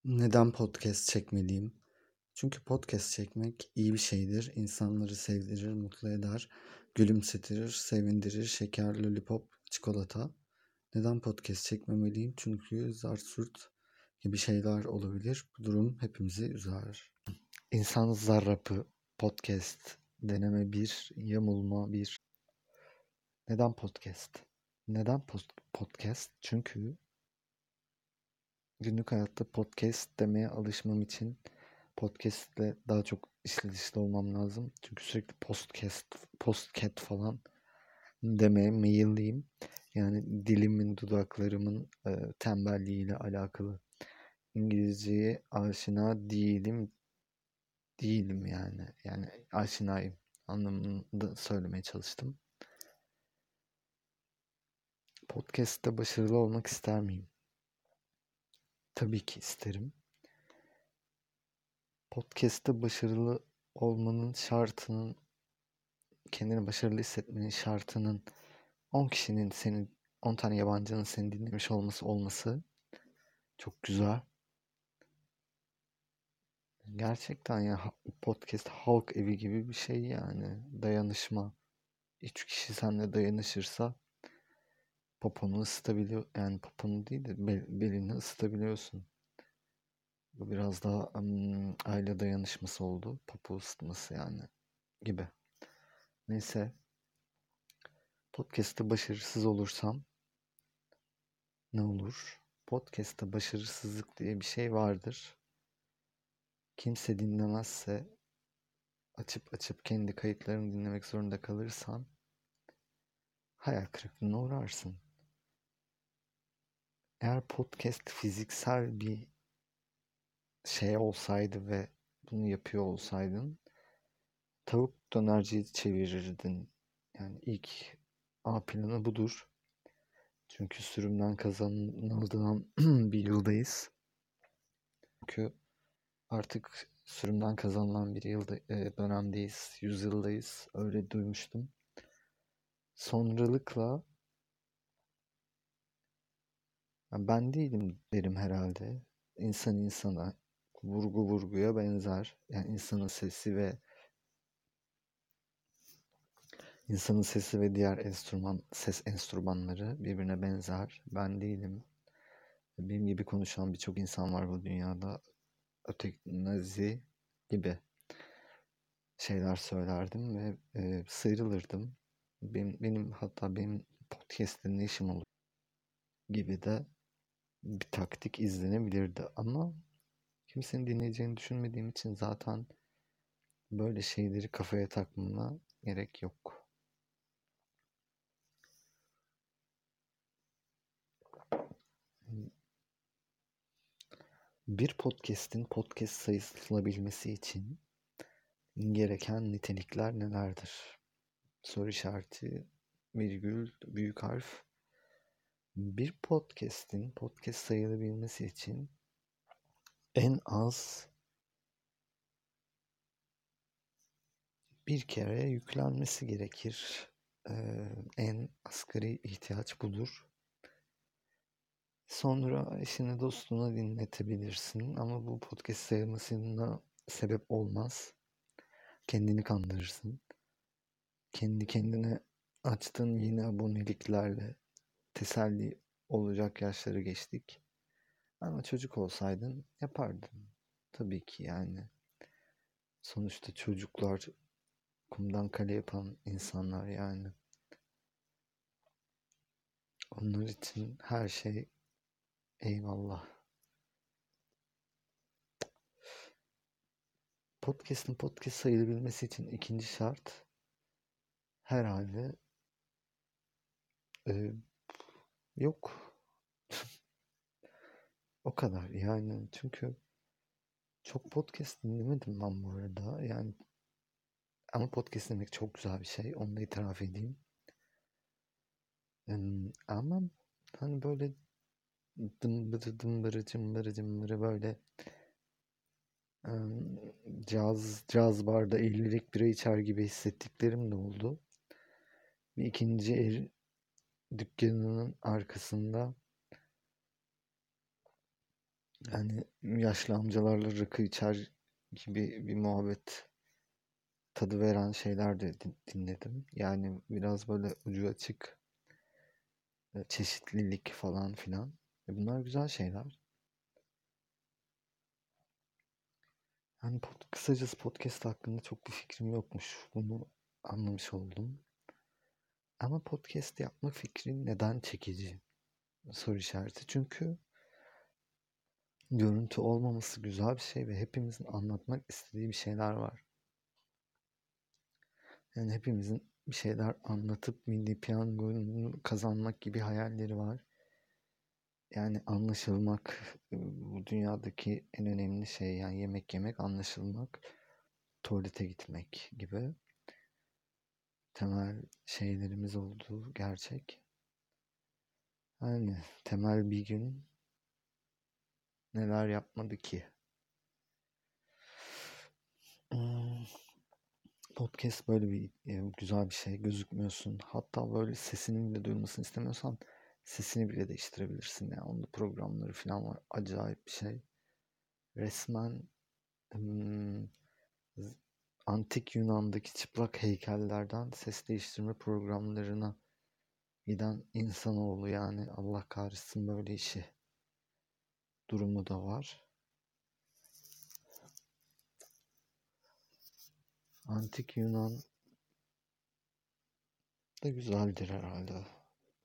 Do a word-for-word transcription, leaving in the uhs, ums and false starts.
Neden podcast çekmeliyim? Çünkü podcast çekmek iyi bir şeydir. İnsanları sevdirir, mutlu eder, gülümsetir, sevindirir, şeker, lollipop, çikolata. Neden podcast çekmemeliyim? Çünkü zart surt gibi şeyler olabilir. Bu durum hepimizi üzer. İnsan Zarrapı podcast deneme bir, yamulma bir. Neden podcast? Neden post- podcast? Çünkü günlük hayatta podcast demeye alışmam için podcast'le daha çok içli dışlı olmam lazım. Çünkü sürekli podcast, postcat falan demeye meyilliyim. Yani dilimin, dudaklarımın e, tembelliğiyle alakalı. İngilizceye aşina değilim, değilim yani. Yani aşinayım anlamında söylemeye çalıştım. Podcast'te başarılı olmak ister miyim? Tabii ki isterim. Podcast'te başarılı olmanın şartının, kendini başarılı hissetmenin şartının on kişinin seni, on tane yabancının seni dinlemiş olması olması çok güzel. Gerçekten ya podcast halk evi gibi bir şey yani. Dayanışma. Üç kişi seninle dayanışırsa poponu ısıtabiliyor. Yani poponu değil de bel, belini ısıtabiliyorsun. Bu biraz daha um, aile dayanışması oldu. Popo ısıtması yani gibi. Neyse. Podcast'te başarısız olursam ne olur? Podcast'te başarısızlık diye bir şey vardır. Kimse dinlemezse açıp açıp kendi kayıtlarını dinlemek zorunda kalırsan hayal kırıklığına uğrarsın. Eğer podcast fiziksel bir şey olsaydı ve bunu yapıyor olsaydın tavuk dönerciyi çevirirdin. Yani ilk A planı budur. Çünkü sürümden kazanıldığından bir yıldayız. Çünkü artık sürümden kazanılan bir yılda, e, dönemdeyiz, yüzyıldayız. Öyle duymuştum. Sonralıkla yani ben değilim derim herhalde. İnsan insana, vurgu vurguya benzer. Yani insanın sesi ve insanın sesi ve diğer enstrüman, ses enstrümanları birbirine benzer. Ben değilim. Benim gibi konuşan birçok insan var bu dünyada. Ötekinazi gibi şeyler söylerdim ve e, sıyrılırdım. Benim, benim hatta benim podcast'te ne işim olur gibi de bir taktik izlenebilirdi ama kimsenin dinleyeceğini düşünmediğim için zaten böyle şeyleri kafaya takmama gerek yok. Bir podcast'in podcast sayılabilmesi için gereken nitelikler nelerdir? Soru işareti, virgül, büyük harf. Bir podcast'in podcast sayılabilmesi için en az bir kere yüklenmesi gerekir. Ee, en asgari ihtiyaç budur. Sonra eşine dostuna dinletebilirsin ama bu podcast sayılmasına sebep olmaz. Kendini kandırırsın. Kendi kendine açtığın yeni aboneliklerle teselli olacak yaşları geçtik. Ama çocuk olsaydın yapardın. Tabii ki yani. Sonuçta çocuklar kumdan kale yapan insanlar yani. Onlar için her şey eyvallah. Podcast'ın podcast sayılabilmesi için ikinci şart herhalde e, yok. O kadar yani çünkü çok podcast dinlemedim ben bu arada. Yani ama podcast dinlemek çok güzel bir şey. Onu da itiraf edeyim. Em, ama hani böyle dımbırı dımbırı cımbırı cımbırı böyle em, caz, caz barda ellilik bira içer gibi hissettiklerim de oldu. Bir ikinci el dükkanının arkasında Yani yaşlı amcalarla rakı içer gibi bir muhabbet tadı veren şeyler de din- dinledim. Yani biraz böyle ucu açık, e, çeşitlilik falan filan. E bunlar güzel şeyler. Yani pod- kısacası podcast hakkında çok bir fikrim yokmuş. Bunu anlamış oldum. Ama podcast yapma fikri neden çekici? Soru işareti. Çünkü görüntü olmaması güzel bir şey ve hepimizin anlatmak istediği bir şeyler var. Yani hepimizin bir şeyler anlatıp milli piyango kazanmak gibi hayalleri var. Yani anlaşılmak e, bu dünyadaki en önemli şey. Yani yemek yemek, anlaşılmak, tuvalete gitmek gibi temel şeylerimiz olduğu gerçek. Yani temel bir gün neler yapmadı ki? Hmm, Podcast böyle bir e, güzel bir şey. Gözükmüyorsun. Hatta böyle sesinin bile duyulmasını istemiyorsan sesini bile değiştirebilirsin. Yani onun da programları falan var. Acayip bir şey. Resmen hmm, z- antik Yunan'daki çıplak heykellerden ses değiştirme programlarına giden insanoğlu, yani Allah kahretsin böyle işi durumu da var. Antik Yunan da güzeldir herhalde.